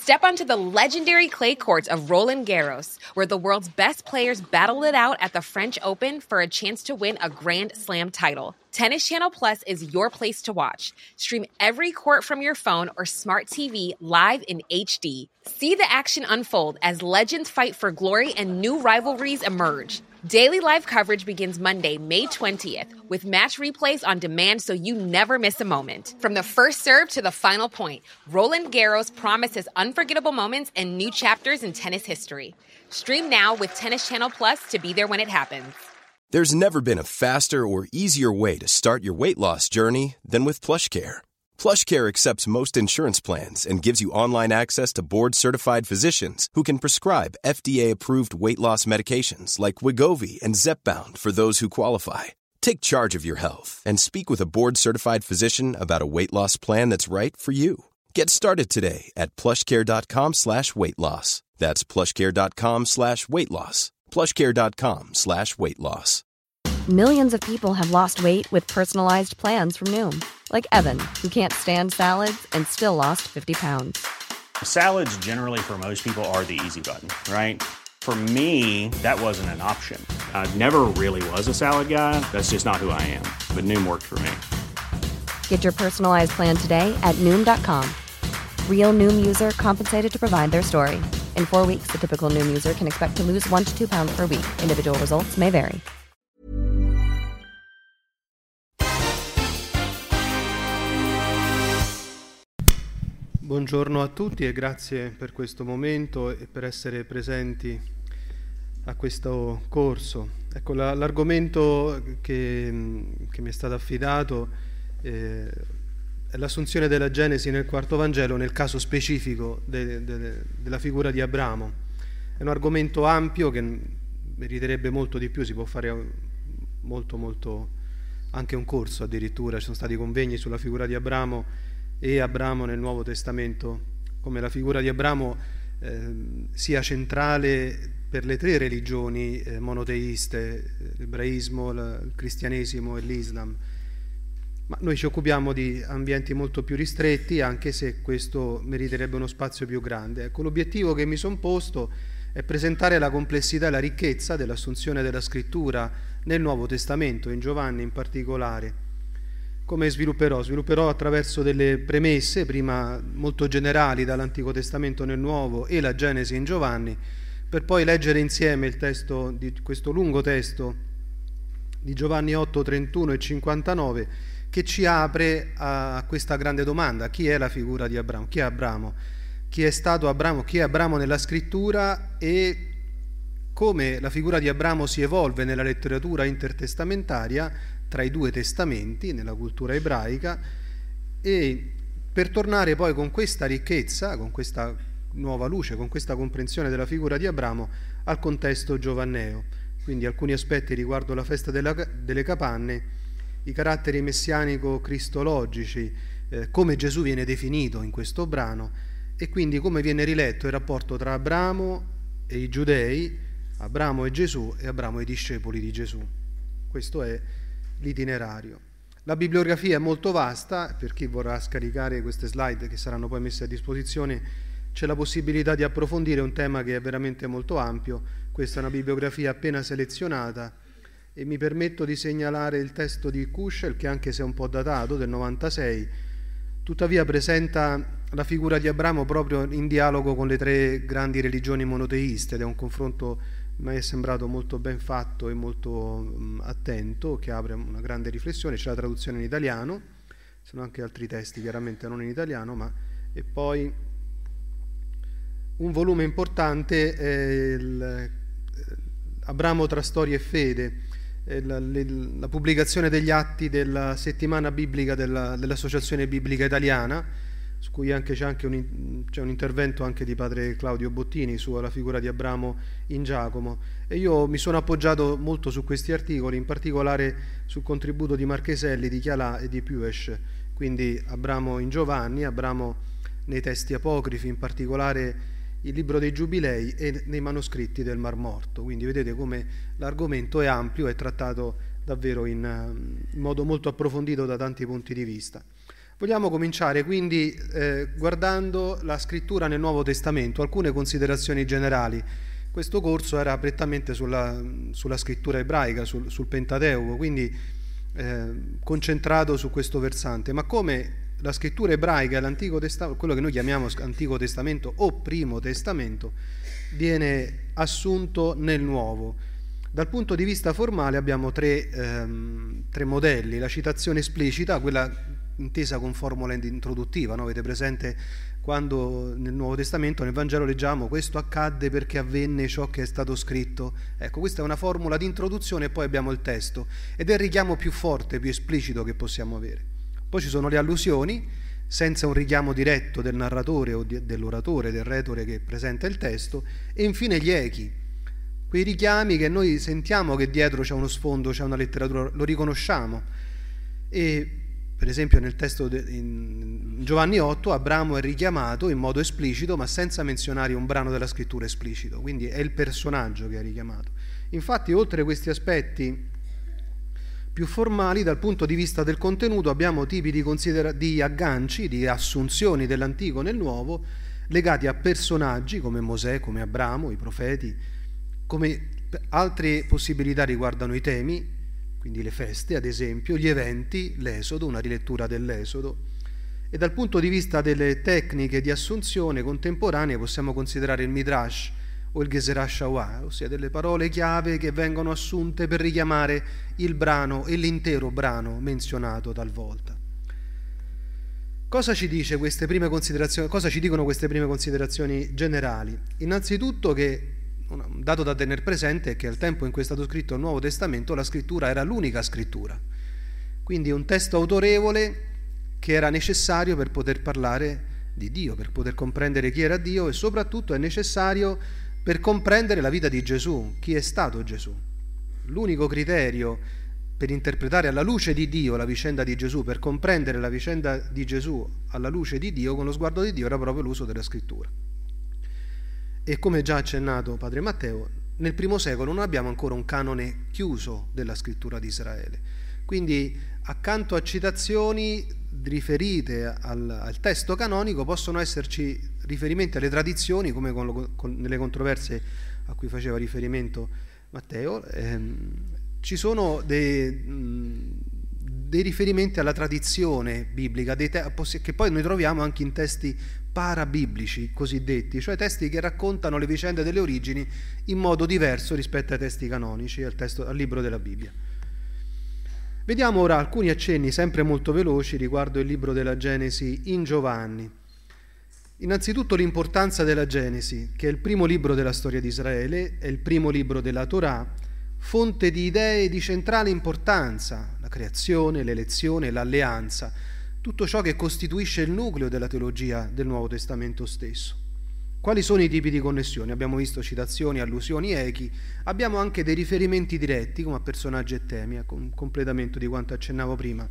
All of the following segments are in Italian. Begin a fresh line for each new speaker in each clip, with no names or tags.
Step onto the legendary clay courts of Roland Garros, where the world's best players battle it out at the French Open for a chance to win a Grand Slam title. Tennis Channel Plus is your place to watch. Stream every court from your phone or smart TV live in HD. See the action unfold as legends fight for glory and new rivalries emerge. Daily live coverage begins Monday, May 20th, with match replays on demand so you never miss a moment. From the first serve to the final point, Roland Garros promises unforgettable moments and new chapters in tennis history. Stream now with Tennis Channel Plus to be there when it happens.
There's never been a faster or easier way to start your weight loss journey than with PlushCare. PlushCare accepts most insurance plans and gives you online access to board-certified physicians who can prescribe FDA-approved weight loss medications like Wegovy and Zepbound for those who qualify. Take charge of your health and speak with a board-certified physician about a weight loss plan that's right for you. Get started today at plushcare.com/weight loss. That's plushcare.com/weight loss. plushcare.com/weight loss.
Millions of people have lost weight with personalized plans from Noom. Like Evan, who can't stand salads and still lost 50 pounds.
Salads generally for most people are the easy button, right? For me, that wasn't an option. I never really was a salad guy. That's just not who I am. But Noom worked for me.
Get your personalized plan today at Noom.com. Real Noom user compensated to provide their story. In 4 weeks, the typical Noom user can expect to lose 1 to 2 pounds per week. Individual results may vary.
Buongiorno a tutti e grazie per questo momento e per essere presenti a questo corso. Ecco, l'argomento che mi è stato affidato è l'assunzione della Genesi nel quarto Vangelo nel caso specifico della figura di Abramo. È un argomento ampio che meriterebbe molto di più, si può fare molto anche un corso addirittura, ci sono stati convegni sulla figura di Abramo e Abramo nel Nuovo Testamento, come la figura di Abramo sia centrale per le 3 religioni monoteiste, l'ebraismo, il cristianesimo e l'Islam. Ma noi ci occupiamo di ambienti molto più ristretti, anche se questo meriterebbe uno spazio più grande. Ecco, l'obiettivo che mi sono posto è presentare la complessità e la ricchezza dell'assunzione della scrittura nel Nuovo Testamento, in Giovanni in particolare. Come svilupperò attraverso delle premesse, prima molto generali dall'Antico Testamento nel Nuovo e la Genesi in Giovanni, per poi leggere insieme il testo di questo lungo testo di Giovanni 8, 31 e 59, che ci apre a questa grande domanda: chi è la figura di Abramo? Chi è Abramo? Chi è stato Abramo? Chi è Abramo nella scrittura e come la figura di Abramo si evolve nella letteratura intertestamentaria tra i 2 testamenti, nella cultura ebraica, e per tornare poi con questa ricchezza, con questa nuova luce, con questa comprensione della figura di Abramo al contesto giovanneo. Quindi alcuni aspetti riguardo la festa delle capanne, i caratteri messianico-cristologici, come Gesù viene definito in questo brano e quindi come viene riletto il rapporto tra Abramo e i giudei, Abramo e Gesù e Abramo e i discepoli di Gesù. Questo è l'itinerario. La bibliografia è molto vasta, per chi vorrà scaricare queste slide che saranno poi messe a disposizione c'è la possibilità di approfondire un tema che è veramente molto ampio. Questa è una bibliografia appena selezionata e mi permetto di segnalare il testo di Kuschel, che anche se è un po' datato, del 96, tuttavia presenta la figura di Abramo proprio in dialogo con le 3 grandi religioni monoteiste ed è un confronto mi è sembrato molto ben fatto e molto attento, che apre una grande riflessione. C'è la traduzione in italiano, ci sono anche altri testi chiaramente non in italiano, e poi un volume importante è Abramo tra storia e fede, la pubblicazione degli atti della settimana biblica dell'Associazione Biblica Italiana, su cui c'è anche un intervento anche di padre Claudio Bottini sulla figura di Abramo in Giacomo, e io mi sono appoggiato molto su questi articoli, in particolare sul contributo di Marcheselli, di Chialà e di Puesch, quindi Abramo in Giovanni, Abramo nei testi apocrifi, in particolare il libro dei Giubilei e nei manoscritti del Mar Morto. Quindi vedete come l'argomento è ampio, è trattato davvero in modo molto approfondito da tanti punti di vista. Vogliamo cominciare quindi guardando la scrittura nel Nuovo Testamento, alcune considerazioni generali. Questo corso era prettamente sulla scrittura ebraica, sul Pentateuco, quindi concentrato su questo versante, ma come la scrittura ebraica, l'Antico Testamento, quello che noi chiamiamo Antico Testamento o Primo Testamento, viene assunto nel Nuovo. Dal punto di vista formale abbiamo tre modelli: la citazione esplicita, quella intesa con formula introduttiva, no? Avete presente quando nel Nuovo Testamento, nel Vangelo, leggiamo questo accadde perché avvenne ciò che è stato scritto? Ecco, questa è una formula di introduzione e poi abbiamo il testo, ed è il richiamo più forte, più esplicito che possiamo avere. Poi ci sono le allusioni, senza un richiamo diretto del narratore o dell'oratore, del retore che presenta il testo, e infine gli echi, quei richiami che noi sentiamo che dietro c'è uno sfondo, c'è una letteratura, lo riconosciamo. E per esempio nel testo in Giovanni 8 Abramo è richiamato in modo esplicito, ma senza menzionare un brano della scrittura esplicito, quindi è il personaggio che è richiamato. Infatti, oltre questi aspetti più formali, dal punto di vista del contenuto abbiamo tipi di agganci, di assunzioni dell'antico nel nuovo, legati a personaggi come Mosè, come Abramo, i profeti, come altre possibilità riguardano i temi, quindi le feste, ad esempio, gli eventi, l'Esodo, una rilettura dell'Esodo. E dal punto di vista delle tecniche di assunzione contemporanee possiamo considerare il Midrash o il Geserah Shawah, ossia delle parole chiave che vengono assunte per richiamare il brano e l'intero brano menzionato talvolta. Cosa ci dice queste prime considerazioni? Cosa ci dicono queste prime considerazioni generali? Innanzitutto che un dato da tenere presente è che al tempo in cui è stato scritto il Nuovo Testamento la scrittura era l'unica scrittura, quindi un testo autorevole che era necessario per poter parlare di Dio, per poter comprendere chi era Dio, e soprattutto è necessario per comprendere la vita di Gesù, chi è stato Gesù. L'unico criterio per interpretare alla luce di Dio la vicenda di Gesù, per comprendere la vicenda di Gesù alla luce di Dio, con lo sguardo di Dio, era proprio l'uso della scrittura. E come già accennato Padre Matteo, nel primo secolo non abbiamo ancora un canone chiuso della scrittura di Israele. Quindi accanto a citazioni riferite al testo canonico possono esserci riferimenti alle tradizioni, come nelle controversie a cui faceva riferimento Matteo. Ci sono dei riferimenti alla tradizione biblica, che poi noi troviamo anche in testi parabiblici cosiddetti, cioè testi che raccontano le vicende delle origini in modo diverso rispetto ai testi canonici, al libro della Bibbia. Vediamo ora alcuni accenni sempre molto veloci riguardo il libro della Genesi in Giovanni. Innanzitutto l'importanza della Genesi, che è il primo libro della storia di Israele, è il primo libro della Torah, fonte di idee di centrale importanza: la creazione, l'elezione, l'alleanza, tutto ciò che costituisce il nucleo della teologia del Nuovo Testamento stesso. Quali sono i tipi di connessioni? Abbiamo visto citazioni, allusioni, echi, abbiamo anche dei riferimenti diretti come a personaggi e temi, ecco un completamento di quanto accennavo prima.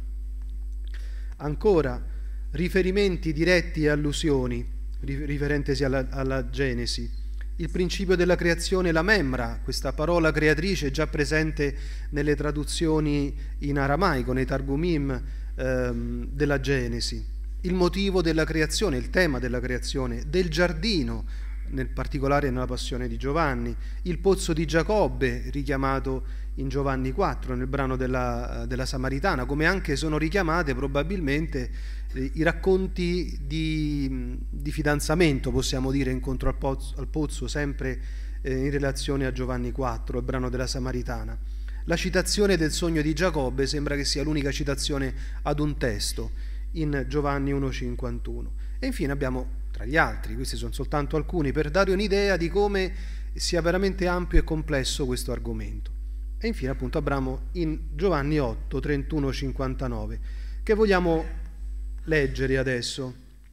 Ancora, riferimenti diretti e allusioni, riferentesi alla Genesi. Il principio della creazione, la memra, questa parola creatrice già presente nelle traduzioni in aramaico, nei Targumim della Genesi. Il motivo della creazione, il tema della creazione, del giardino, nel particolare nella passione di Giovanni, il pozzo di Giacobbe, richiamato in Giovanni 4, nel brano della Samaritana, come anche sono richiamate probabilmente i racconti di fidanzamento, possiamo dire, incontro al pozzo, sempre in relazione a Giovanni 4, il brano della Samaritana. La citazione del sogno di Giacobbe sembra che sia l'unica citazione ad un testo in Giovanni 1,51. E infine abbiamo, tra gli altri, questi sono soltanto alcuni, per dare un'idea di come sia veramente ampio e complesso questo argomento. E infine appunto abbiamo in Giovanni 8, 31-59, che vogliamo leggere adesso.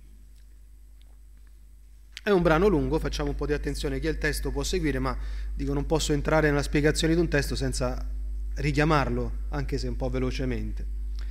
È un brano lungo, facciamo un po' di attenzione, chi ha il testo può seguire, ma dico non posso entrare nella spiegazione di un testo senza richiamarlo, anche se un po' velocemente.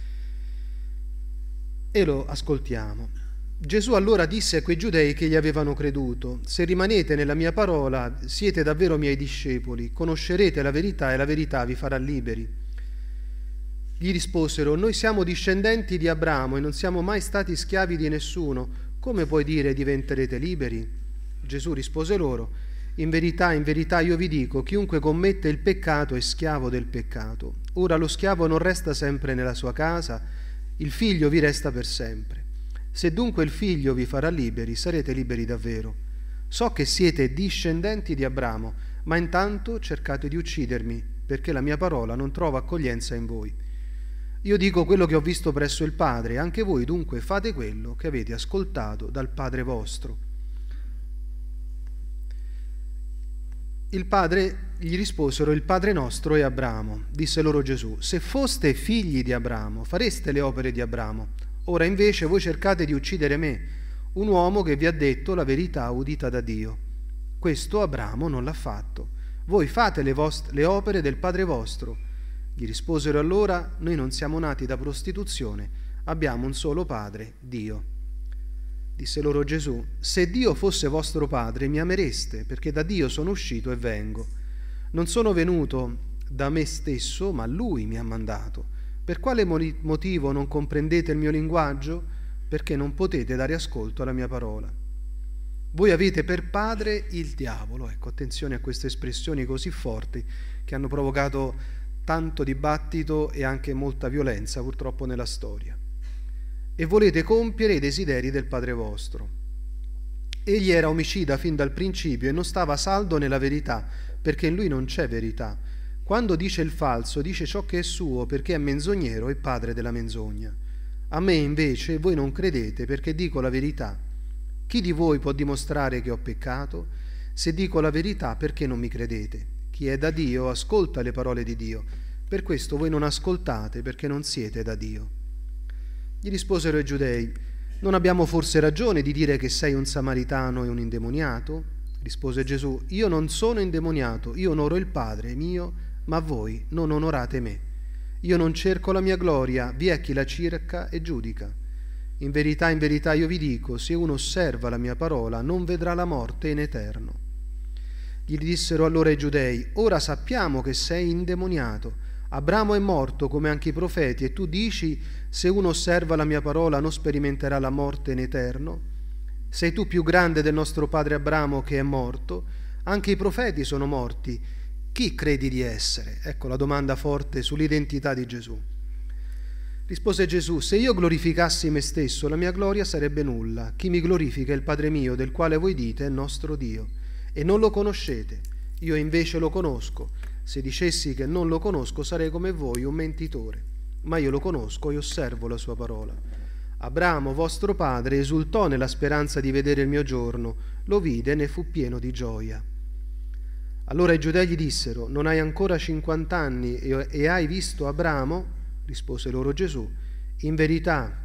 E lo ascoltiamo. Gesù allora disse a quei giudei che gli avevano creduto: se rimanete nella mia parola, siete davvero miei discepoli, conoscerete la verità e la verità vi farà liberi. Gli risposero: noi siamo discendenti di Abramo e non siamo mai stati schiavi di nessuno. Come puoi dire diventerete liberi? Gesù rispose loro: in verità io vi dico, chiunque commette il peccato è schiavo del peccato. Ora lo schiavo non resta sempre nella sua casa, il figlio vi resta per sempre. Se dunque il figlio vi farà liberi, sarete liberi davvero. So che siete discendenti di Abramo, ma intanto cercate di uccidermi, perché la mia parola non trova accoglienza in voi. Io dico quello che ho visto presso il Padre, anche voi dunque fate quello che avete ascoltato dal Padre vostro. Il Padre gli risposero: il Padre nostro è Abramo. Disse loro Gesù: se foste figli di Abramo, fareste le opere di Abramo. Ora invece voi cercate di uccidere me, un uomo che vi ha detto la verità udita da Dio. Questo Abramo non l'ha fatto. Voi fate le opere del Padre vostro. Gli risposero allora: noi non siamo nati da prostituzione, abbiamo un solo Padre, Dio. Disse loro Gesù: se Dio fosse vostro Padre mi amereste, perché da Dio sono uscito e vengo. Non sono venuto da me stesso, ma Lui mi ha mandato. Per quale motivo non comprendete il mio linguaggio? Perché non potete dare ascolto alla mia parola. Voi avete per padre il diavolo. Ecco, attenzione a queste espressioni così forti che hanno provocato tanto dibattito e anche molta violenza purtroppo nella storia. E volete compiere i desideri del Padre vostro. Egli era omicida fin dal principio e non stava saldo nella verità, perché in lui non c'è verità. Quando dice il falso, dice ciò che è suo, perché è menzognero e padre della menzogna. A me invece voi non credete, perché dico la verità. Chi di voi può dimostrare che ho peccato? Se dico la verità, perché non mi credete? Chi è da Dio ascolta le parole di Dio. Per questo voi non ascoltate, perché non siete da Dio. Gli risposero i giudei: non abbiamo forse ragione di dire che sei un samaritano e un indemoniato? Rispose Gesù: io non sono indemoniato, io onoro il Padre mio, ma voi non onorate me. Io non cerco la mia gloria, vi è chi la cerca e giudica. In verità io vi dico, se uno osserva la mia parola non vedrà la morte in eterno. Gli dissero allora i giudei: ora sappiamo che sei indemoniato. Abramo è morto come anche i profeti, e tu dici: se uno osserva la mia parola non sperimenterà la morte in eterno? Sei tu più grande del nostro padre Abramo che è morto? Anche i profeti sono morti. Chi credi di essere? Ecco la domanda forte sull'identità di Gesù. Rispose Gesù: se io glorificassi me stesso, la mia gloria sarebbe nulla. Chi mi glorifica è il Padre mio, del quale voi dite è nostro Dio. E non lo conoscete, io invece lo conosco. Se dicessi che non lo conosco sarei come voi, un mentitore. Ma io lo conosco e osservo la sua parola. Abramo, vostro padre, esultò nella speranza di vedere il mio giorno, lo vide e ne fu pieno di gioia. Allora i giudei gli dissero: non hai ancora 50 anni e hai visto Abramo? Rispose loro Gesù: in verità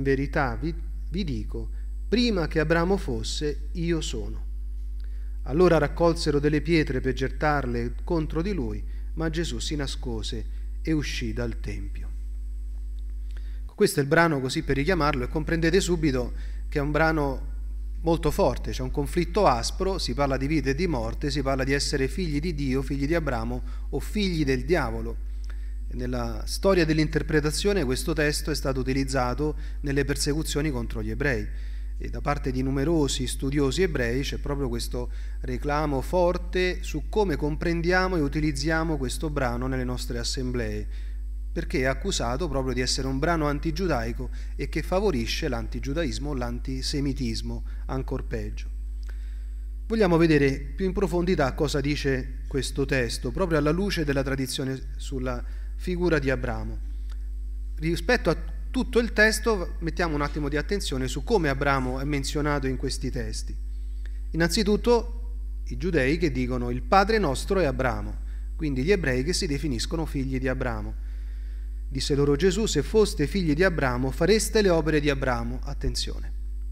vi dico, prima che Abramo fosse, io sono. Allora raccolsero delle pietre per gettarle contro di lui, ma Gesù si nascose e uscì dal Tempio. Questo è il brano, così per richiamarlo, e comprendete subito che è un brano molto forte, c'è un conflitto aspro, si parla di vita e di morte, si parla di essere figli di Dio, figli di Abramo o figli del diavolo. Nella storia dell'interpretazione questo testo è stato utilizzato nelle persecuzioni contro gli ebrei. E da parte di numerosi studiosi ebrei c'è proprio questo reclamo forte su come comprendiamo e utilizziamo questo brano nelle nostre assemblee, perché è accusato proprio di essere un brano antigiudaico e che favorisce l'antigiudaismo o l'antisemitismo, ancor peggio. Vogliamo vedere più in profondità cosa dice questo testo, proprio alla luce della tradizione sulla figura di Abramo. Rispetto a tutto il testo mettiamo un attimo di attenzione su come Abramo è menzionato in questi testi. Innanzitutto i giudei che dicono il padre nostro è Abramo, quindi gli ebrei che si definiscono figli di Abramo. Disse loro Gesù: se foste figli di Abramo fareste le opere di Abramo. Attenzione,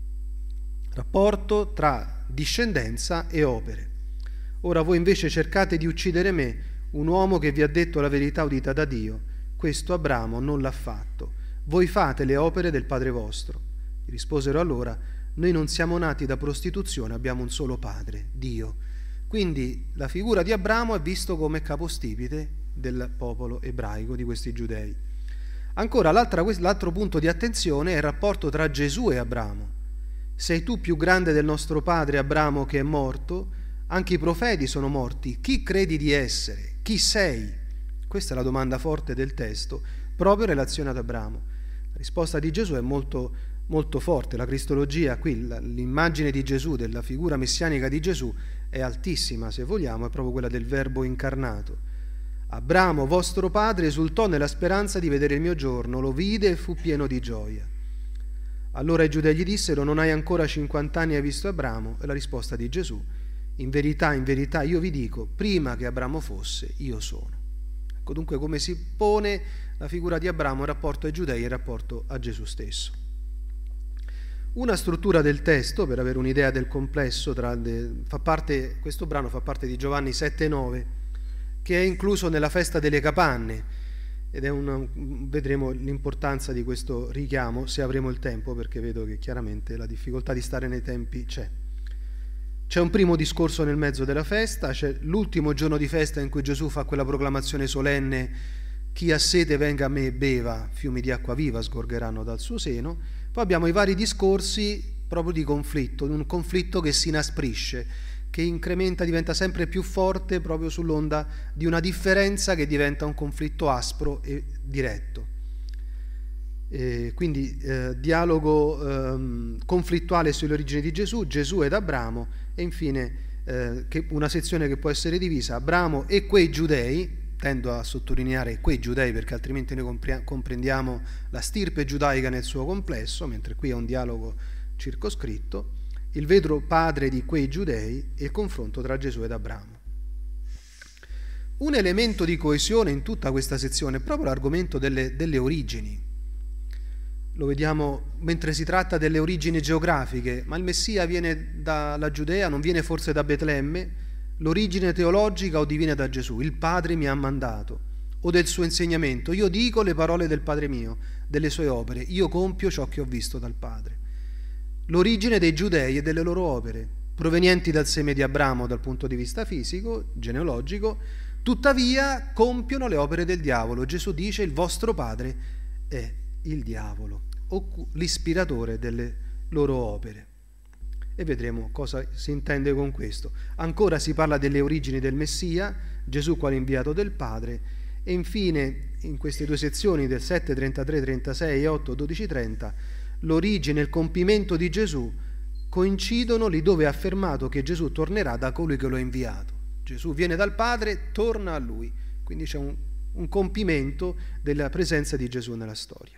rapporto tra discendenza e opere. Ora voi invece cercate di uccidere me, un uomo che vi ha detto la verità udita da Dio. Questo Abramo non l'ha fatto. Voi fate le opere del Padre vostro. Risposero allora: noi non siamo nati da prostituzione, abbiamo un solo Padre, Dio. Quindi la figura di Abramo è visto come capostipite del popolo ebraico, di questi giudei. Ancora, l'altro punto di attenzione è il rapporto tra Gesù e Abramo. Sei tu più grande del nostro padre Abramo che è morto? Anche i profeti sono morti. Chi credi di essere? Chi sei? Questa è la domanda forte del testo, proprio in relazione ad Abramo. La risposta di Gesù è molto, molto forte. La cristologia qui, l'immagine di Gesù, della figura messianica di Gesù, è altissima, se vogliamo, è proprio quella del Verbo incarnato. Abramo, vostro padre, esultò nella speranza di vedere il mio giorno, lo vide e fu pieno di gioia. Allora i giudei gli dissero: non hai ancora 50 anni e hai visto Abramo? E la risposta di Gesù: in verità, io vi dico, prima che Abramo fosse, io sono. Ecco dunque come si pone la figura di Abramo in rapporto ai giudei e in rapporto a Gesù stesso. Una struttura del testo, per avere un'idea del complesso, questo brano fa parte di Giovanni 7,9, che è incluso nella festa delle capanne, ed vedremo l'importanza di questo richiamo se avremo il tempo, perché vedo che chiaramente la difficoltà di stare nei tempi c'è. C'è un primo discorso nel mezzo della festa, c'è l'ultimo giorno di festa in cui Gesù fa quella proclamazione solenne: chi ha sete venga a me e beva, fiumi di acqua viva sgorgeranno dal suo seno. Poi abbiamo i vari discorsi proprio di conflitto, un conflitto che si inasprisce, che incrementa, diventa sempre più forte proprio sull'onda di una differenza che diventa un conflitto aspro e diretto. Quindi dialogo conflittuale sulle origini di Gesù, Gesù ed Abramo, e infine una sezione che può essere divisa: Abramo e quei giudei. Tendo a sottolineare quei giudei perché altrimenti noi comprendiamo la stirpe giudaica nel suo complesso, mentre qui è un dialogo circoscritto, il vero padre di quei giudei e il confronto tra Gesù ed Abramo. Un elemento di coesione in tutta questa sezione è proprio l'argomento delle origini. Lo vediamo mentre si tratta delle origini geografiche, ma il Messia viene dalla Giudea, non viene forse da Betlemme? L'origine teologica o divina da Gesù: il Padre mi ha mandato, o del suo insegnamento: io dico le parole del Padre mio, delle sue opere, io compio ciò che ho visto dal Padre. L'origine dei giudei e delle loro opere, provenienti dal seme di Abramo dal punto di vista fisico, genealogico, tuttavia compiono le opere del diavolo. Gesù dice: il vostro padre è il diavolo, o l'ispiratore delle loro opere. E vedremo cosa si intende con questo. Ancora si parla delle origini del Messia, Gesù quale inviato del Padre, e infine in queste due sezioni del 7, 33, 36 e 8, 12, 30, l'origine e il compimento di Gesù coincidono lì dove è affermato che Gesù tornerà da colui che lo ha inviato. Gesù viene dal Padre, torna a Lui, quindi c'è un compimento della presenza di Gesù nella storia.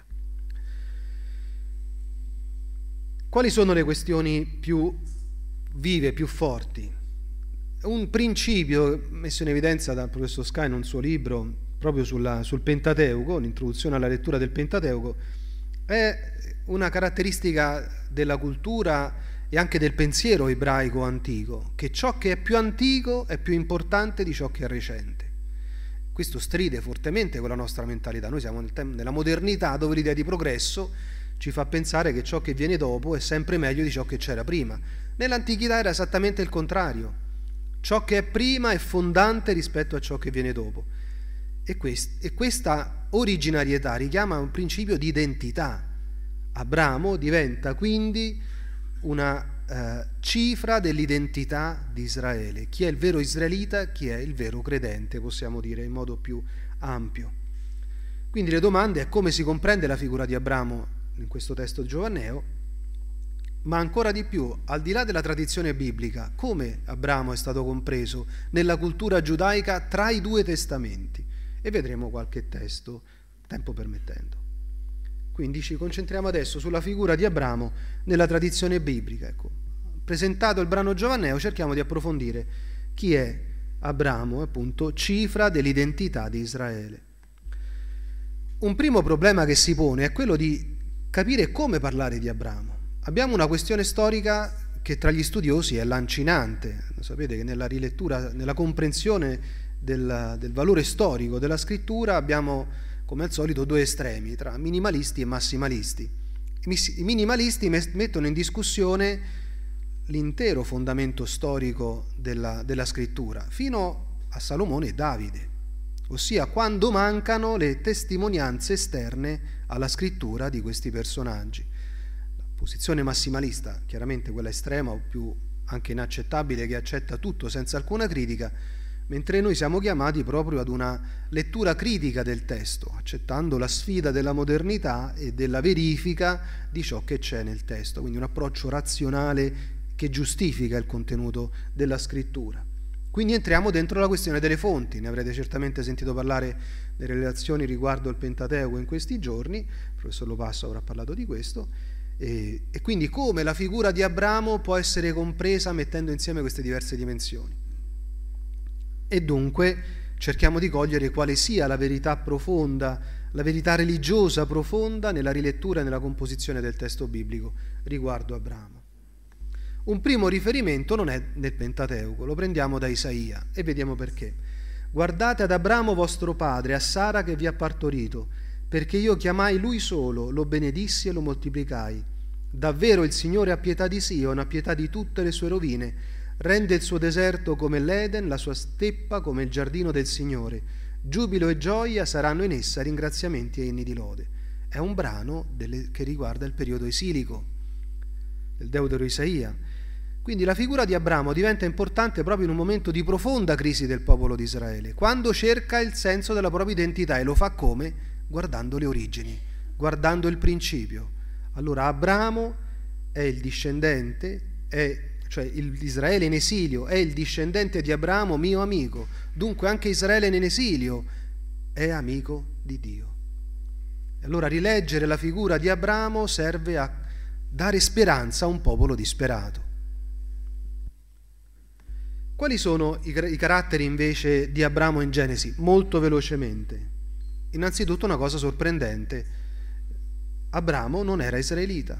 Quali sono le questioni più vive, più forti? Un principio messo in evidenza dal professor Sky in un suo libro proprio sul Pentateuco, l'introduzione alla lettura del Pentateuco, è una caratteristica della cultura e anche del pensiero ebraico antico, che ciò che è più antico è più importante di ciò che è recente. Questo stride fortemente con la nostra mentalità. Noi siamo nella modernità, dove l'idea di progresso ci fa pensare che ciò che viene dopo è sempre meglio di ciò che c'era prima. Nell'antichità era esattamente il contrario. Ciò che è prima è fondante rispetto a ciò che viene dopo. E questa originarietà richiama un principio di identità. Abramo diventa quindi una cifra dell'identità di Israele. Chi è il vero israelita, chi è il vero credente, possiamo dire in modo più ampio. Quindi le domande è: come si comprende la figura di Abramo in questo testo giovanneo, ma ancora di più, al di là della tradizione biblica, come Abramo è stato compreso nella cultura giudaica tra i due testamenti. E vedremo qualche testo, tempo permettendo. Quindi ci concentriamo adesso sulla figura di Abramo nella tradizione biblica. Ecco, presentato il brano giovanneo, cerchiamo di approfondire chi è Abramo, appunto, cifra dell'identità di Israele. Un primo problema che si pone è quello di capire come parlare di Abramo. Abbiamo una questione storica che tra gli studiosi è lancinante. Sapete che nella rilettura, nella comprensione del valore storico della scrittura abbiamo, come al solito, due estremi, tra minimalisti e massimalisti. I minimalisti mettono in discussione l'intero fondamento storico della scrittura, fino a Salomone e Davide. ossia quando mancano le testimonianze esterne alla scrittura di questi personaggi. La posizione massimalista, chiaramente quella estrema o più anche inaccettabile, che accetta tutto senza alcuna critica, mentre noi siamo chiamati proprio ad una lettura critica del testo, accettando la sfida della modernità e della verifica di ciò che c'è nel testo, quindi un approccio razionale che giustifica il contenuto della scrittura. Quindi entriamo dentro la questione delle fonti. Ne avrete certamente sentito parlare nelle relazioni riguardo il Pentateuco in questi giorni, il professor Lopasso avrà parlato di questo, e quindi come la figura di Abramo può essere compresa mettendo insieme queste diverse dimensioni. E dunque cerchiamo di cogliere quale sia la verità profonda, la verità religiosa profonda nella rilettura e nella composizione del testo biblico riguardo Abramo. Un primo riferimento non è nel Pentateuco, lo prendiamo da Isaia e vediamo perché. Guardate ad Abramo vostro padre, a Sara che vi ha partorito, perché io chiamai lui solo, lo benedissi e lo moltiplicai. Davvero il Signore ha pietà di Sion, ha pietà di tutte le sue rovine, rende il suo deserto come l'Eden, la sua steppa come il giardino del Signore. Giubilo e gioia saranno in essa, ringraziamenti e inni di lode. È un brano che riguarda il periodo esilico del Deutero Isaia. Quindi la figura di Abramo diventa importante proprio in un momento di profonda crisi del popolo di Israele, quando cerca il senso della propria identità, e lo fa come? Guardando le origini, guardando il principio. Allora Abramo è il discendente, cioè Israele in esilio è il discendente di Abramo, mio amico. Dunque anche Israele in esilio è amico di Dio. E allora rileggere la figura di Abramo serve a dare speranza a un popolo disperato. Quali sono i caratteri invece di Abramo in Genesi? Molto velocemente. Innanzitutto una cosa sorprendente: Abramo non era israelita.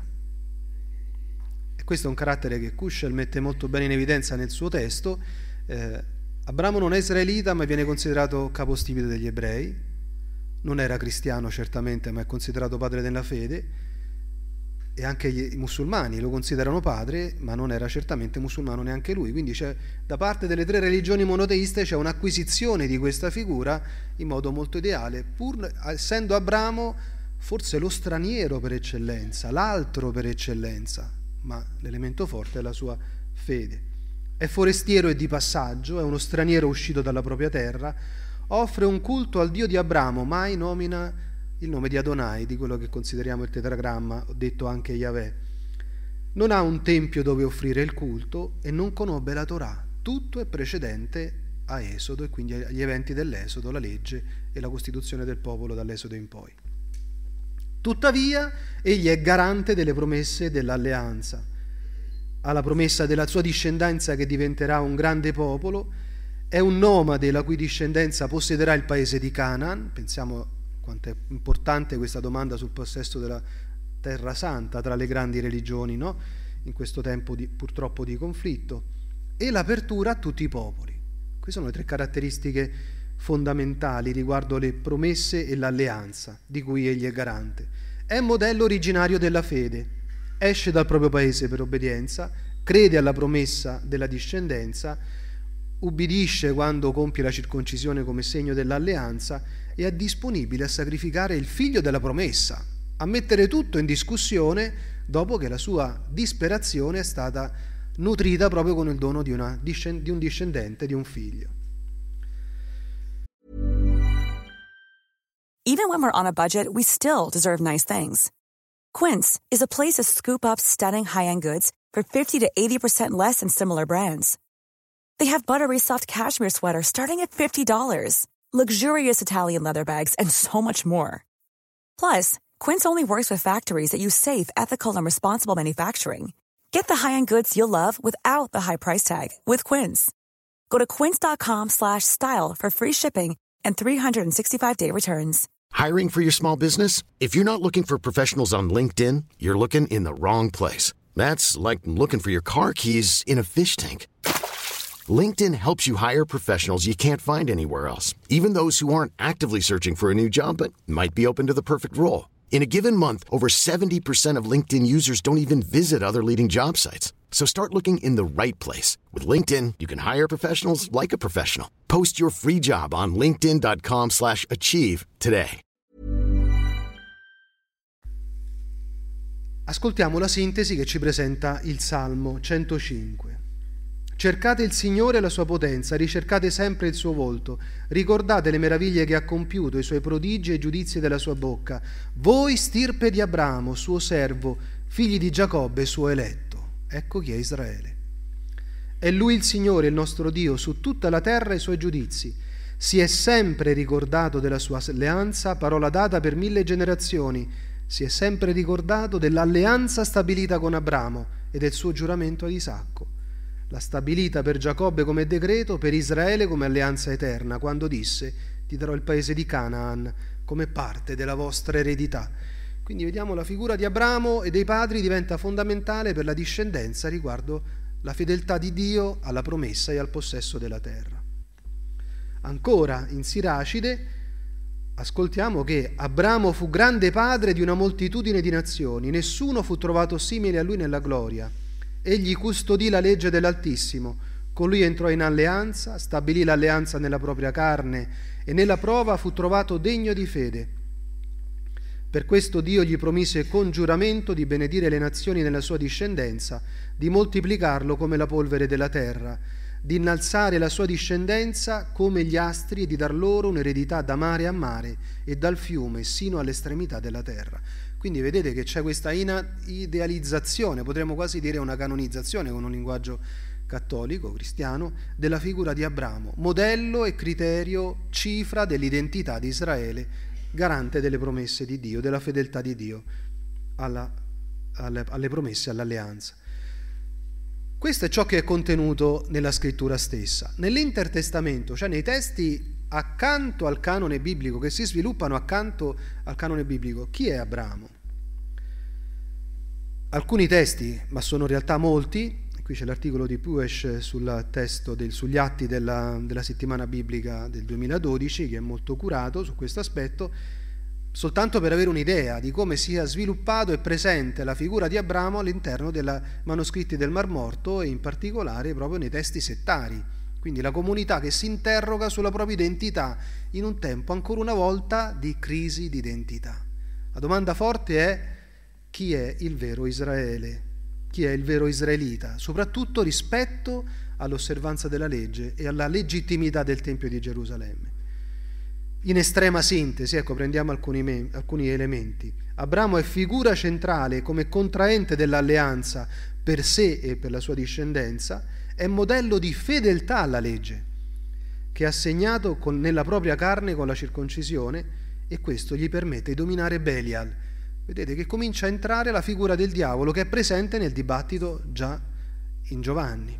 E questo è un carattere che Kushel mette molto bene in evidenza nel suo testo. Abramo non è israelita, ma viene considerato capostipite degli ebrei. Non era cristiano certamente, ma è considerato padre della fede. E anche i musulmani lo considerano padre, ma non era certamente musulmano neanche lui. Quindi da parte delle tre religioni monoteiste c'è un'acquisizione di questa figura in modo molto ideale, pur essendo Abramo forse lo straniero per eccellenza, l'altro per eccellenza, ma l'elemento forte è la sua fede. È forestiero e di passaggio, è uno straniero uscito dalla propria terra, offre un culto al Dio di Abramo, mai nomina il nome di Adonai, di quello che consideriamo il tetragramma, detto anche Yahweh. Non ha un tempio dove offrire il culto e non conobbe la Torah. Tutto è precedente a Esodo e quindi agli eventi dell'Esodo, la legge e la costituzione del popolo dall'Esodo in poi. Tuttavia, egli è garante delle promesse dell'alleanza. Ha la promessa della sua discendenza che diventerà un grande popolo, è un nomade la cui discendenza possederà il paese di Canaan. Pensiamo quanto è importante questa domanda sul possesso della Terra Santa tra le grandi religioni, no? In questo tempo purtroppo di conflitto, e l'apertura a tutti i popoli. Queste sono le tre caratteristiche fondamentali riguardo le promesse e l'alleanza di cui egli è garante. È modello originario della fede, esce dal proprio paese per obbedienza, crede alla promessa della discendenza, ubbidisce quando compie la circoncisione come segno dell'alleanza e è disponibile a sacrificare il figlio della promessa, a mettere tutto in discussione dopo che la sua disperazione è stata nutrita proprio con il dono di un discendente, di un figlio.
Even when we're on a budget, we still deserve nice things. Quince is a place to scoop up stunning high-end goods for 50 to 80% less than similar brands. They have buttery soft cashmere sweaters starting at $50, luxurious Italian leather bags, and so much more. Plus, Quince only works with factories that use safe, ethical, and responsible manufacturing. Get the high-end goods you'll love without the high price tag with Quince. Go to quince.com/style for free shipping and 365-day returns.
Hiring for your small business? If you're not looking for professionals on LinkedIn, you're looking in the wrong place. That's like looking for your car keys in a fish tank. LinkedIn helps you hire professionals you can't find anywhere else, even those who aren't actively searching for a new job but might be open to the perfect role. In a given month, over 70% of LinkedIn users don't even visit other leading job sites. So start looking in the right place. With LinkedIn, you can hire professionals like a professional. Post your free job on linkedin.com/achieve today.
Ascoltiamo la sintesi che ci presenta il Salmo 105. Cercate il Signore e la sua potenza, ricercate sempre il suo volto, ricordate le meraviglie che ha compiuto, i suoi prodigi e i giudizi della sua bocca. Voi, stirpe di Abramo, suo servo, figli di Giacobbe, suo eletto. Ecco chi è Israele. È Lui il Signore, il nostro Dio, su tutta la terra i suoi giudizi. Si è sempre ricordato della sua alleanza, parola data per 1000 generazioni. Si è sempre ricordato dell'alleanza stabilita con Abramo e del suo giuramento ad Isacco. L'ha stabilita per Giacobbe come decreto, per Israele come alleanza eterna, quando disse: ti darò il paese di Canaan come parte della vostra eredità. Quindi vediamo la figura di Abramo e dei padri diventa fondamentale per la discendenza riguardo la fedeltà di Dio alla promessa e al possesso della terra. Ancora in Siracide ascoltiamo che Abramo fu grande padre di una moltitudine di nazioni, nessuno fu trovato simile a lui nella gloria. Egli custodì la legge dell'Altissimo, con lui entrò in alleanza, stabilì l'alleanza nella propria carne e nella prova fu trovato degno di fede. Per questo Dio gli promise con giuramento di benedire le nazioni nella sua discendenza, di moltiplicarlo come la polvere della terra, di innalzare la sua discendenza come gli astri e di dar loro un'eredità da mare a mare e dal fiume sino all'estremità della terra. Quindi vedete che c'è questa idealizzazione, potremmo quasi dire una canonizzazione con un linguaggio cattolico, cristiano, della figura di Abramo, modello e criterio, cifra dell'identità di Israele, garante delle promesse di Dio, della fedeltà di Dio alle promesse, all'alleanza. Questo è ciò che è contenuto nella scrittura stessa. Nell'Intertestamento, cioè nei testi accanto al canone biblico, che si sviluppano accanto al canone biblico, chi è Abramo? Alcuni testi, ma sono in realtà molti, qui c'è l'articolo di Puesh sugli atti della settimana biblica del 2012, che è molto curato su questo aspetto, soltanto per avere un'idea di come sia sviluppato e presente la figura di Abramo all'interno dei manoscritti del Mar Morto e in particolare proprio nei testi settari. Quindi la comunità che si interroga sulla propria identità in un tempo ancora una volta di crisi di identità. La domanda forte è: chi è il vero Israele? Chi è il vero israelita? Soprattutto rispetto all'osservanza della legge e alla legittimità del Tempio di Gerusalemme. In estrema sintesi, ecco, prendiamo alcuni elementi. Abramo è figura centrale come contraente dell'alleanza per sé e per la sua discendenza, è modello di fedeltà alla legge, che ha segnato nella propria carne con la circoncisione, e questo gli permette di dominare Belial. Vedete che comincia a entrare la figura del diavolo che è presente nel dibattito già in Giovanni.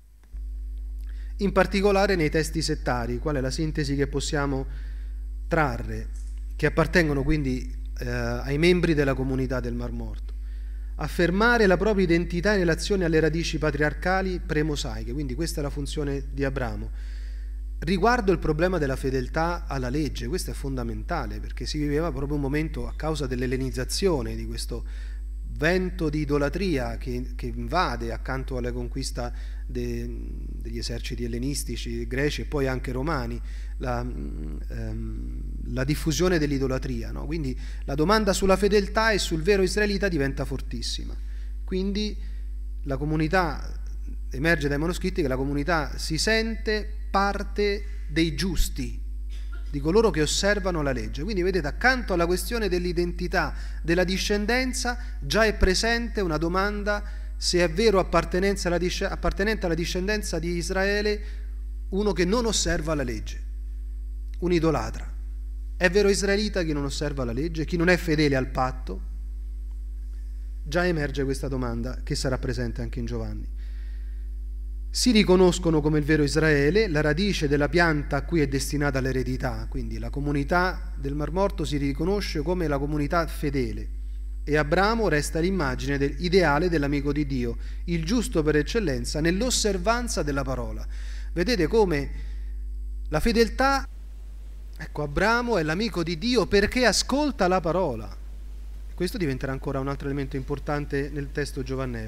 In particolare nei testi settari, qual è la sintesi che possiamo trarre, che appartengono quindi ai membri della comunità del Mar Morto? Affermare la propria identità in relazione alle radici patriarcali premosaiche, quindi questa è la funzione di Abramo. Riguardo il problema della fedeltà alla legge, questo è fondamentale, perché si viveva proprio un momento, a causa dell'ellenizzazione, di questo vento di idolatria che invade accanto alla conquista degli eserciti ellenistici, greci e poi anche romani, la diffusione dell'idolatria, no? Quindi la domanda sulla fedeltà e sul vero israelita diventa fortissima. Quindi la comunità, emerge dai manoscritti che la comunità si sente parte dei giusti, di coloro che osservano la legge. Quindi vedete, accanto alla questione dell'identità, della discendenza, già è presente una domanda se è vero appartenente alla discendenza di Israele uno che non osserva la legge, un idolatra. È vero israelita chi non osserva la legge, chi non è fedele al patto? Già emerge questa domanda che sarà presente anche in Giovanni. Si riconoscono come il vero Israele, la radice della pianta a cui è destinata l'eredità, quindi la comunità del Mar Morto si riconosce come la comunità fedele, e Abramo resta l'immagine ideale dell'amico di Dio, il giusto per eccellenza nell'osservanza della parola. Vedete come la fedeltà, ecco, Abramo è l'amico di Dio perché ascolta la parola. Questo diventerà ancora un altro elemento importante nel testo giovanneo.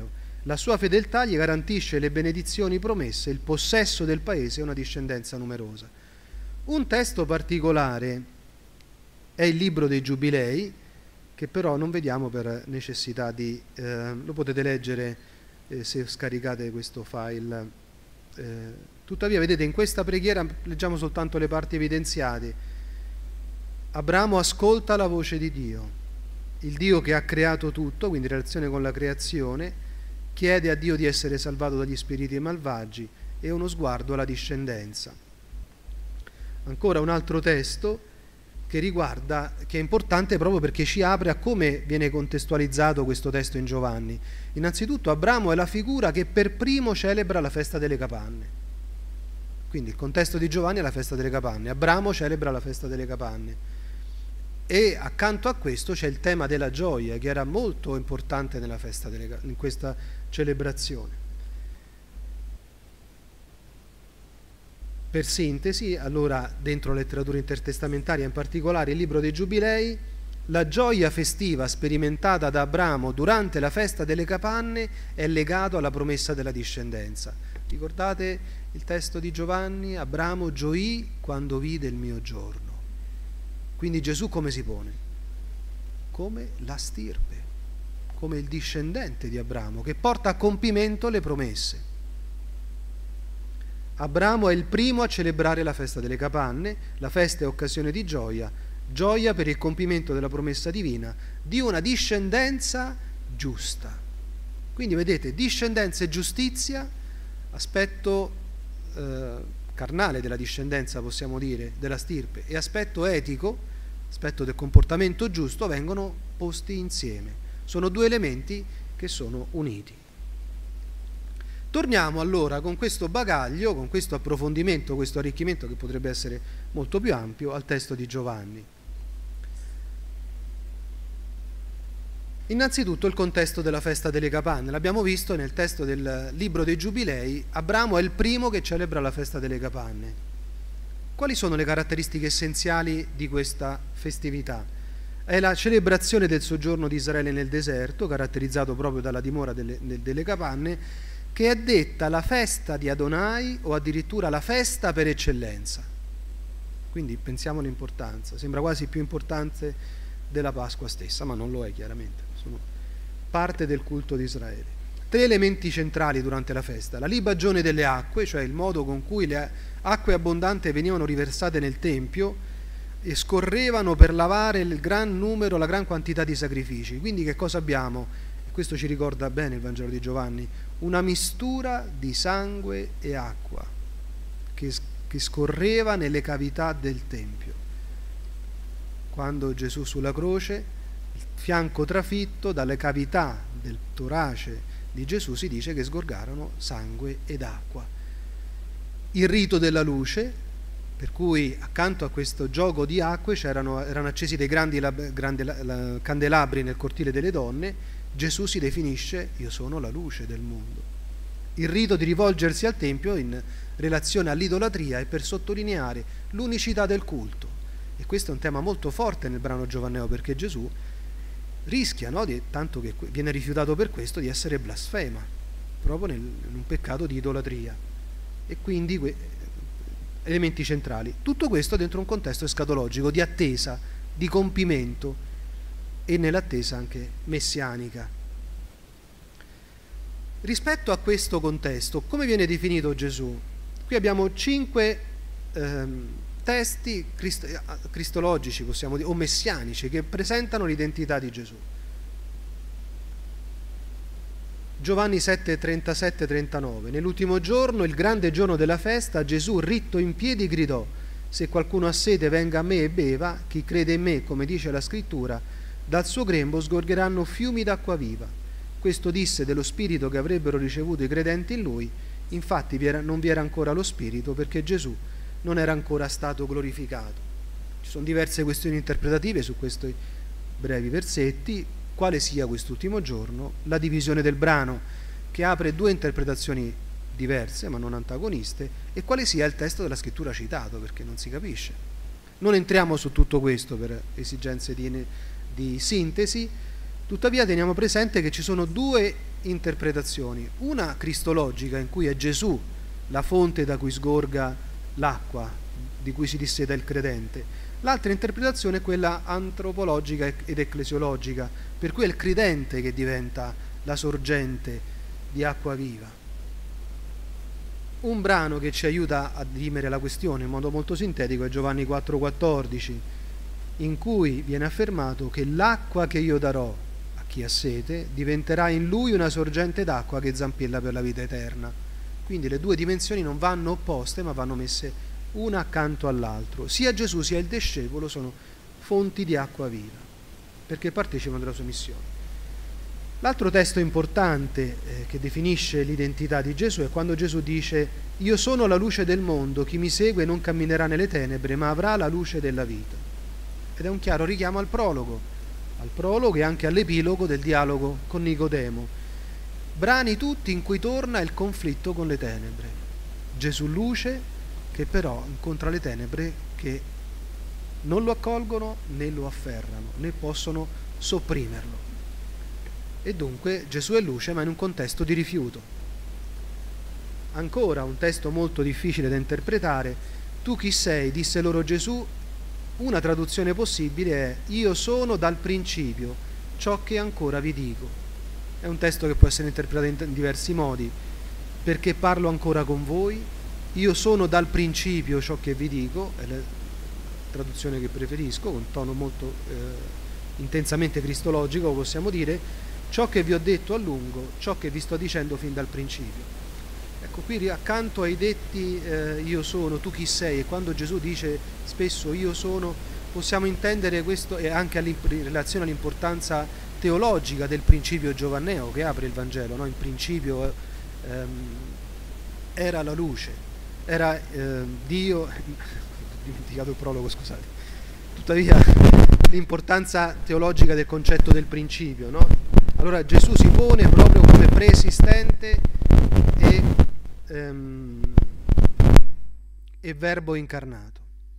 La sua fedeltà gli garantisce le benedizioni promesse, il possesso del paese e una discendenza numerosa. Un testo particolare è il libro dei Giubilei, che però non vediamo per necessità di... lo potete leggere se scaricate questo file. Tuttavia, vedete, in questa preghiera leggiamo soltanto le parti evidenziate. Abramo ascolta la voce di Dio, il Dio che ha creato tutto, quindi in relazione con la creazione, chiede a Dio di essere salvato dagli spiriti malvagi e uno sguardo alla discendenza. Ancora un altro testo che è importante proprio perché ci apre a come viene contestualizzato questo testo in Giovanni. Innanzitutto Abramo è la figura che per primo celebra la festa delle capanne. Quindi il contesto di Giovanni è la festa delle capanne. Abramo celebra la festa delle capanne. E accanto a questo c'è il tema della gioia, che era molto importante nella festa in questa celebrazione. Per sintesi, allora, dentro la letteratura intertestamentaria, in particolare il libro dei Giubilei, la gioia festiva sperimentata da Abramo durante la festa delle capanne è legato alla promessa della discendenza. Ricordate il testo di Giovanni? Abramo gioì quando vide il mio giorno. Quindi Gesù come si pone? Come la stirpe, come il discendente di Abramo, che porta a compimento le promesse. Abramo è il primo a celebrare la festa delle capanne. La festa è occasione di gioia per il compimento della promessa divina di una discendenza giusta. Quindi vedete, discendenza e giustizia, aspetto carnale della discendenza, possiamo dire, della stirpe, e aspetto etico, aspetto del comportamento giusto, vengono posti insieme. Sono due elementi che sono uniti. Torniamo allora con questo bagaglio, con questo approfondimento, questo arricchimento che potrebbe essere molto più ampio, al testo di Giovanni. Innanzitutto il contesto della festa delle capanne. L'abbiamo visto nel testo del libro dei Giubilei. Abramo è il primo che celebra la festa delle capanne. Quali sono le caratteristiche essenziali di questa festività? È la celebrazione del soggiorno di Israele nel deserto, caratterizzato proprio dalla dimora delle capanne, che è detta la festa di Adonai o addirittura la festa per eccellenza. Quindi pensiamo all'importanza, sembra quasi più importante della Pasqua stessa, ma non lo è chiaramente, sono parte del culto di Israele. 3 elementi centrali durante la festa: la libagione delle acque, cioè il modo con cui le acque abbondanti venivano riversate nel Tempio e scorrevano per lavare il gran numero, la gran quantità di sacrifici. Quindi che cosa abbiamo? Questo ci ricorda bene il Vangelo di Giovanni: una mistura di sangue e acqua che scorreva nelle cavità del Tempio. Quando Gesù sulla croce, il fianco trafitto, dalle cavità del torace di Gesù si dice che sgorgarono sangue ed acqua. Il rito della luce, per cui accanto a questo gioco di acque erano accesi dei grandi candelabri nel cortile delle donne. Gesù si definisce: io sono la luce del mondo. Il rito di rivolgersi al Tempio in relazione all'idolatria è per sottolineare l'unicità del culto. E questo è un tema molto forte nel brano giovanneo, perché Gesù rischia, tanto che viene rifiutato per questo, di essere blasfema, proprio in un peccato di idolatria. E quindi elementi centrali. Tutto questo dentro un contesto escatologico, di attesa, di compimento, e nell'attesa anche messianica. Rispetto a questo contesto, come viene definito Gesù? Qui abbiamo 5 testi cristologici, possiamo dire, o messianici, che presentano l'identità di Gesù. Giovanni 7, 37, 39. Nell'ultimo giorno, il grande giorno della festa, Gesù, ritto in piedi, gridò: se qualcuno ha sete, venga a me e beva. Chi crede in me, come dice la scrittura, dal suo grembo sgorgeranno fiumi d'acqua viva. Questo disse dello spirito che avrebbero ricevuto i credenti in lui. Infatti non vi era ancora lo spirito, perché Gesù non era ancora stato glorificato. Ci sono diverse questioni interpretative su questi brevi versetti: quale sia quest'ultimo giorno, la divisione del brano, che apre 2 interpretazioni diverse ma non antagoniste, e quale sia il testo della scrittura citato, perché non si capisce. Non entriamo su tutto questo per esigenze di sintesi, tuttavia teniamo presente che ci sono 2 interpretazioni, una cristologica in cui è Gesù la fonte da cui sgorga l'acqua di cui si disseta il credente, l'altra interpretazione è quella antropologica ed ecclesiologica, per cui è il credente che diventa la sorgente di acqua viva. Un brano che ci aiuta a dirimere la questione in modo molto sintetico è Giovanni 4,14, in cui viene affermato che l'acqua che io darò a chi ha sete diventerà in lui una sorgente d'acqua che zampilla per la vita eterna. Quindi le due dimensioni non vanno opposte, ma vanno messe una accanto all'altro. Sia Gesù sia il discepolo sono fonti di acqua viva, perché partecipano della sua missione. L'altro testo importante che definisce l'identità di Gesù è quando Gesù dice: io sono la luce del mondo, chi mi segue non camminerà nelle tenebre, ma avrà la luce della vita. Ed è un chiaro richiamo al prologo e anche all'epilogo del dialogo con Nicodemo. Brani tutti in cui torna il conflitto con le tenebre. Gesù luce che però incontra le tenebre che non lo accolgono né lo afferrano, né possono sopprimerlo. E dunque Gesù è luce, ma in un contesto di rifiuto. Ancora un testo molto difficile da interpretare. Tu chi sei? Disse loro Gesù. Una traduzione possibile è: io sono dal principio ciò che ancora vi dico. È un testo che può essere interpretato in diversi modi. Perché parlo ancora con voi? Io sono dal principio ciò che vi dico, è la traduzione che preferisco, con un tono molto intensamente cristologico, possiamo dire. Ciò che vi ho detto a lungo, ciò che vi sto dicendo fin dal principio. Ecco, qui accanto ai detti io sono, tu chi sei, e quando Gesù dice spesso io sono, possiamo intendere questo e anche in relazione all'importanza teologica del principio giovanneo che apre il Vangelo, no? In principio era la luce, era Dio, ho dimenticato il prologo, scusate. Tuttavia l'importanza teologica del concetto del principio, no? Allora Gesù si pone proprio come preesistente e verbo incarnato.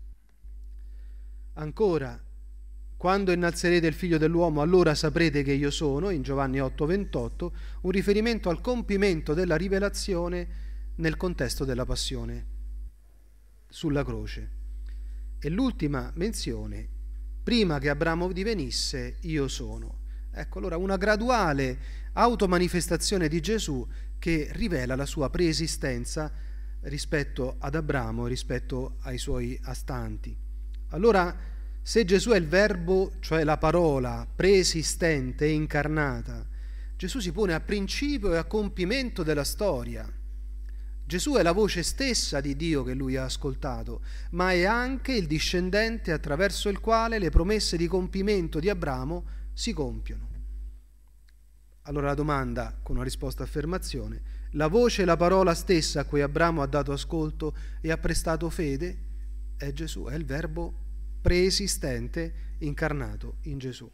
Ancora, quando innalzerete il figlio dell'uomo, allora saprete che io sono, in Giovanni 8,28, un riferimento al compimento della rivelazione nel contesto della passione sulla croce. E l'ultima menzione, prima che Abramo divenisse, io sono. Ecco, allora una graduale automanifestazione di Gesù che rivela la sua preesistenza rispetto ad Abramo, rispetto ai suoi astanti. Allora, se Gesù è il verbo, cioè la parola preesistente e incarnata, Gesù si pone a principio e a compimento della storia. Gesù è la voce stessa di Dio che lui ha ascoltato, ma è anche il discendente attraverso il quale le promesse di compimento di Abramo si compiono. Allora la domanda, con una risposta affermazione: la voce e la parola stessa a cui Abramo ha dato ascolto e ha prestato fede è Gesù, è il verbo preesistente incarnato in Gesù.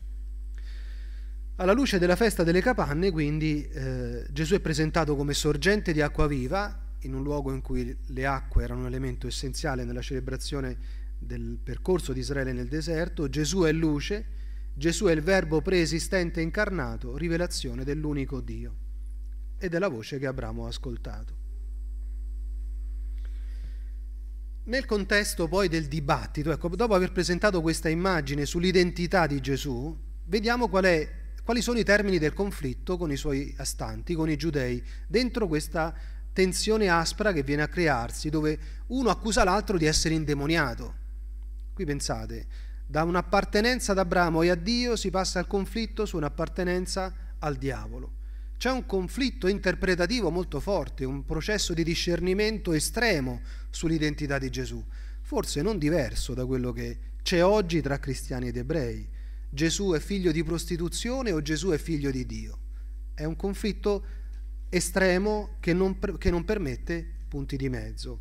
Alla luce della festa delle capanne, quindi, Gesù è presentato come sorgente di acqua viva, in un luogo in cui le acque erano un elemento essenziale nella celebrazione del percorso di Israele nel deserto. Gesù è luce, Gesù è il verbo preesistente incarnato, rivelazione dell'unico Dio, ed è la voce che Abramo ha ascoltato. Nel contesto poi del dibattito, ecco, dopo aver presentato questa immagine sull'identità di Gesù, vediamo quali sono i termini del conflitto con i suoi astanti, con i giudei, dentro questa tensione aspra che viene a crearsi, dove uno accusa l'altro di essere indemoniato. Qui pensate, da un'appartenenza ad Abramo e a Dio si passa al conflitto su un'appartenenza al diavolo. C'è un conflitto interpretativo molto forte, un processo di discernimento estremo sull'identità di Gesù, forse non diverso da quello che c'è oggi tra cristiani ed ebrei. Gesù è figlio di prostituzione o Gesù è figlio di Dio? È un conflitto estremo che non permette punti di mezzo.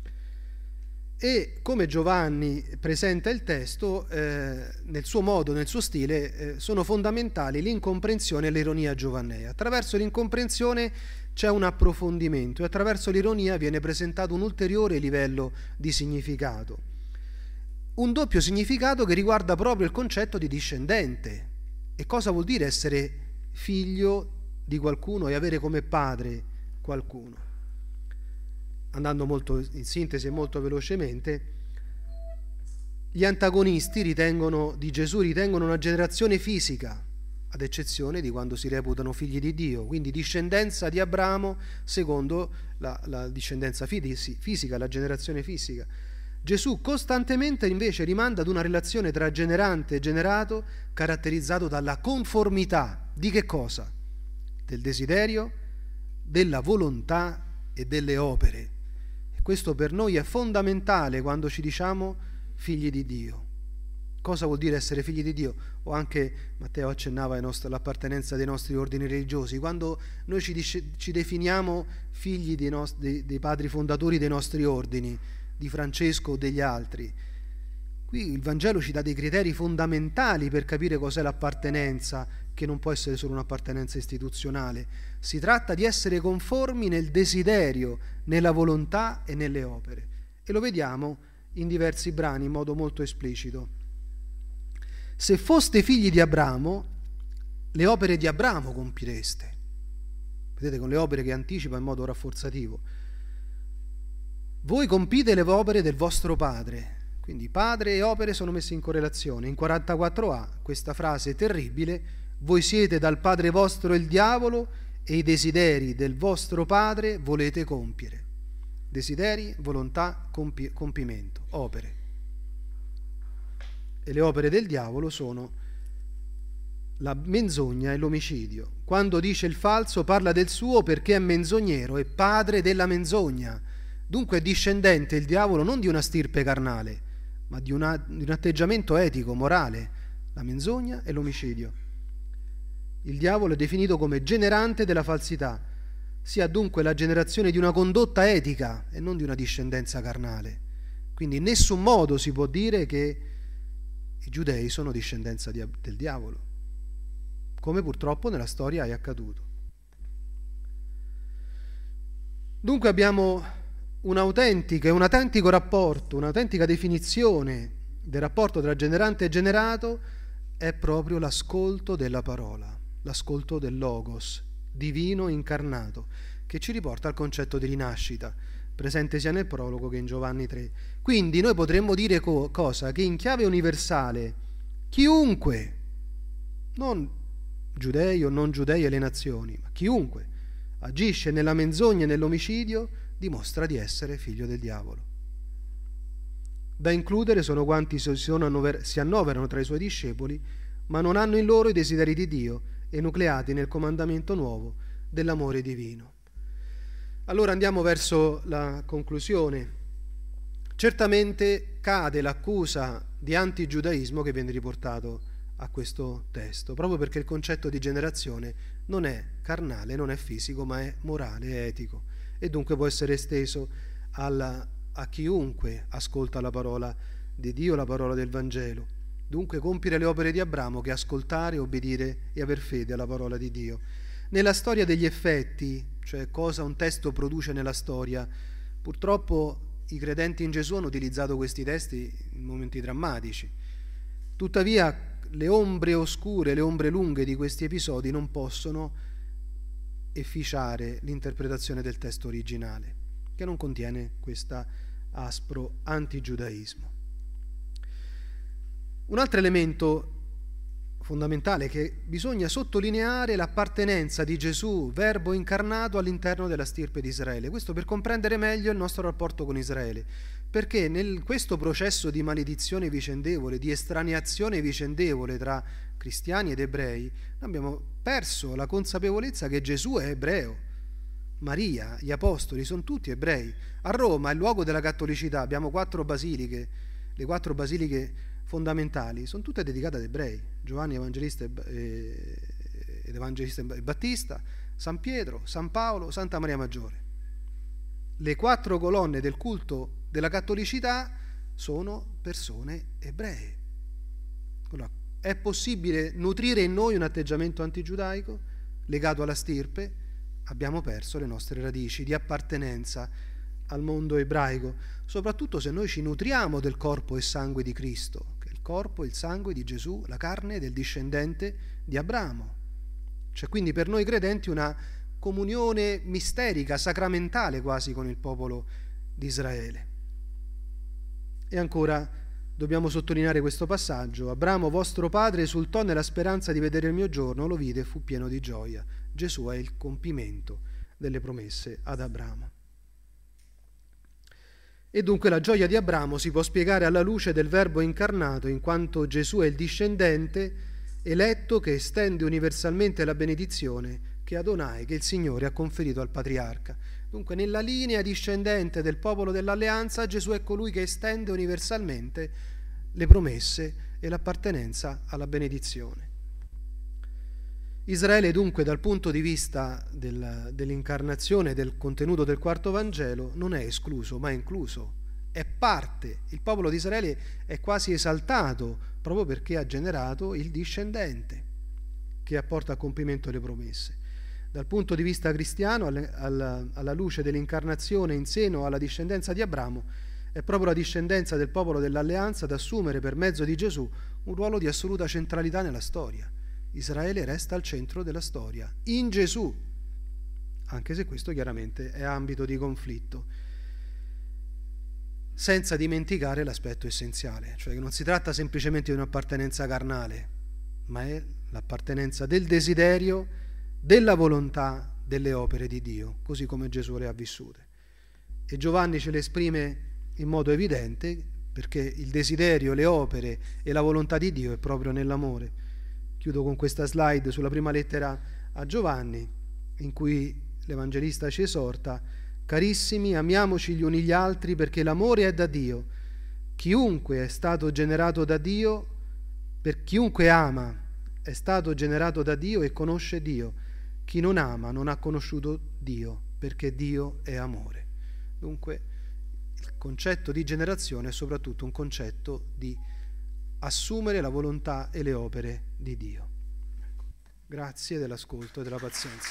E come Giovanni presenta il testo, nel suo modo, nel suo stile, sono fondamentali l'incomprensione e l'ironia giovannea. Attraverso l'incomprensione c'è un approfondimento e attraverso l'ironia viene presentato un ulteriore livello di significato. Un doppio significato che riguarda proprio il concetto di discendente. E cosa vuol dire essere figlio di qualcuno e avere come padre qualcuno. Andando molto in sintesi e molto velocemente, gli antagonisti di Gesù ritengono una generazione fisica, ad eccezione di quando si reputano figli di Dio, quindi discendenza di Abramo secondo la discendenza fisica, la generazione fisica. Gesù costantemente invece rimanda ad una relazione tra generante e generato caratterizzato dalla conformità di che cosa? Del desiderio, della volontà e delle opere. E questo per noi è fondamentale quando ci diciamo figli di Dio. Cosa vuol dire essere figli di Dio? O anche Matteo accennava all'appartenenza dei nostri ordini religiosi. Quando noi ci definiamo figli dei padri fondatori dei nostri ordini, di Francesco o degli altri, qui il Vangelo ci dà dei criteri fondamentali per capire cos'è l'appartenenza, che non può essere solo un'appartenenza istituzionale. Si tratta di essere conformi nel desiderio, nella volontà e nelle opere. E lo vediamo in diversi brani in modo molto esplicito. Se foste figli di Abramo, le opere di Abramo compireste. Vedete, con le opere che anticipa in modo rafforzativo. Voi compite le opere del vostro padre. Quindi padre e opere sono messe in correlazione. In 44a questa frase terribile: voi siete dal padre vostro il diavolo e i desideri del vostro padre volete compiere. Desideri, volontà, compimento, opere. E le opere del diavolo sono la menzogna e l'omicidio. Quando dice il falso parla del suo perché è menzognero, è padre della menzogna. Dunque è discendente il diavolo non di una stirpe carnale, ma di un atteggiamento etico, morale, la menzogna e l'omicidio. Il diavolo è definito come generante della falsità, sia dunque la generazione di una condotta etica e non di una discendenza carnale. Quindi in nessun modo si può dire che i giudei sono discendenza del diavolo, come purtroppo nella storia è accaduto. Dunque abbiamo un autentico rapporto, un'autentica definizione del rapporto tra generante e generato è proprio l'ascolto della parola, l'ascolto del Logos, divino incarnato, che ci riporta al concetto di rinascita, presente sia nel prologo che in Giovanni 3. Quindi noi potremmo dire cosa? Che in chiave universale chiunque, non giudei o non giudei e le nazioni, ma chiunque agisce nella menzogna e nell'omicidio dimostra di essere figlio del diavolo. Da includere sono quanti si annoverano tra i suoi discepoli, ma non hanno in loro i desideri di Dio e nucleati nel comandamento nuovo dell'amore divino. Allora andiamo verso la conclusione. Certamente cade l'accusa di antigiudaismo che viene riportato a questo testo, proprio perché il concetto di generazione non è carnale, non è fisico, ma è morale, è etico, e dunque può essere esteso a chiunque ascolta la parola di Dio, la parola del Vangelo. Dunque compiere le opere di Abramo, che ascoltare, obbedire e aver fede alla parola di Dio. Nella storia degli effetti, cioè cosa un testo produce nella storia, purtroppo i credenti in Gesù hanno utilizzato questi testi in momenti drammatici. Tuttavia le ombre oscure, le ombre lunghe di questi episodi non possono efficiare l'interpretazione del testo originale, che non contiene questo aspro antigiudaismo. Un altro elemento fondamentale è che bisogna sottolineare l'appartenenza di Gesù, verbo incarnato, all'interno della stirpe di Israele. Questo per comprendere meglio il nostro rapporto con Israele, perché questo processo di maledizione vicendevole, di estraneazione vicendevole tra cristiani ed ebrei, abbiamo perso la consapevolezza che Gesù è ebreo. Maria, gli apostoli sono tutti ebrei. A Roma, il luogo della cattolicità, abbiamo 4 basiliche, le 4 basiliche fondamentali sono tutte dedicate ad ebrei: Giovanni Evangelista ed Evangelista e Battista, San Pietro, San Paolo, Santa Maria Maggiore. Le 4 colonne del culto della cattolicità sono persone ebree. Allora, è possibile nutrire in noi un atteggiamento antigiudaico legato alla stirpe? Abbiamo perso le nostre radici di appartenenza al mondo ebraico, soprattutto se noi ci nutriamo del corpo e sangue di Cristo, che è il corpo e il sangue di Gesù, la carne del discendente di Abramo. C'è quindi per noi credenti una comunione misterica, sacramentale quasi con il popolo di Israele. E ancora dobbiamo sottolineare questo passaggio: Abramo vostro padre esultò nella speranza di vedere il mio giorno, lo vide e fu pieno di gioia. Gesù è il compimento delle promesse ad Abramo. E dunque la gioia di Abramo si può spiegare alla luce del Verbo incarnato, in quanto Gesù è il discendente eletto che estende universalmente la benedizione che Adonai, che il Signore ha conferito al patriarca. Dunque nella linea discendente del popolo dell'alleanza Gesù è colui che estende universalmente le promesse e l'appartenenza alla benedizione. Israele dunque dal punto di vista dell'incarnazione, del contenuto del quarto Vangelo, non è escluso ma è incluso, è parte. Il popolo di Israele è quasi esaltato proprio perché ha generato il discendente che apporta a compimento le promesse. Dal punto di vista cristiano, alla luce dell'incarnazione in seno alla discendenza di Abramo, è proprio la discendenza del popolo dell'alleanza ad assumere per mezzo di Gesù un ruolo di assoluta centralità nella storia. Israele resta al centro della storia, in Gesù, anche se questo chiaramente è ambito di conflitto, senza dimenticare l'aspetto essenziale, cioè che non si tratta semplicemente di un'appartenenza carnale, ma è l'appartenenza del desiderio, della volontà, delle opere di Dio, così come Gesù le ha vissute. E Giovanni ce le esprime in modo evidente, perché il desiderio, le opere e la volontà di Dio è proprio nell'amore. Chiudo con questa slide sulla prima lettera a Giovanni, in cui l'Evangelista ci esorta: carissimi, amiamoci gli uni gli altri perché l'amore è da Dio. Chiunque è stato generato da Dio, per chiunque ama è stato generato da Dio e conosce Dio. Chi non ama non ha conosciuto Dio, perché Dio è amore. Dunque il concetto di generazione è soprattutto un concetto di assumere la volontà e le opere di Dio. Ecco. Grazie dell'ascolto e della pazienza.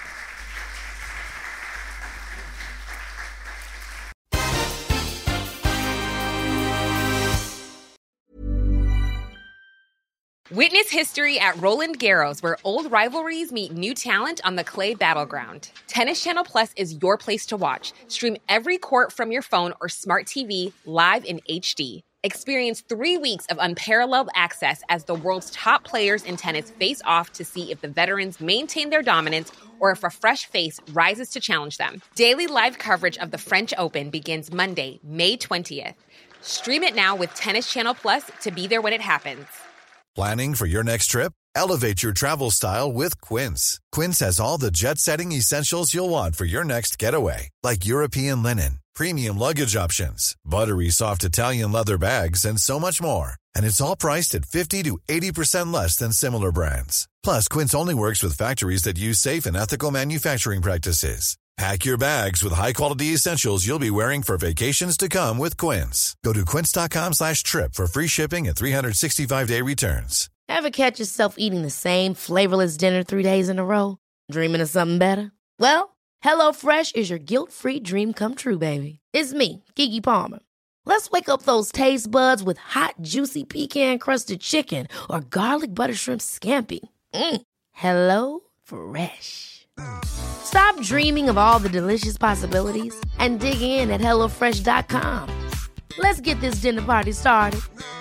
Witness history at Roland Garros, where old rivalries meet new talent on the clay battleground. Tennis Channel Plus is your place to watch. Stream every court from your phone or smart TV live in HD. Experience 3 weeks of unparalleled access as the world's top players in tennis face off to see if the veterans maintain their dominance or if a fresh face rises to challenge them. Daily live coverage of the French Open begins Monday, May 20th. Stream it now with Tennis Channel Plus to be there when it happens.
Planning for your next trip? Elevate your travel style with Quince. Quince has all the jet-setting essentials you'll want for your next getaway, like European linen, premium luggage options, buttery soft Italian leather bags, and so much more. And it's all priced at 50 to 80% less than similar brands. Plus, Quince only works with factories that use safe and ethical manufacturing practices. Pack your bags with high-quality essentials you'll be wearing for vacations to come with Quince. Go to quince.com/trip for free shipping and 365-day returns.
Ever catch yourself eating the same flavorless dinner 3 days in a row? Dreaming of something better? Well, HelloFresh is your guilt-free dream come true, baby. It's me, Keke Palmer. Let's wake up those taste buds with hot, juicy pecan-crusted chicken or garlic butter shrimp scampi. Hello Fresh. Stop dreaming of all the delicious possibilities and dig in at HelloFresh.com. Let's get this dinner party started.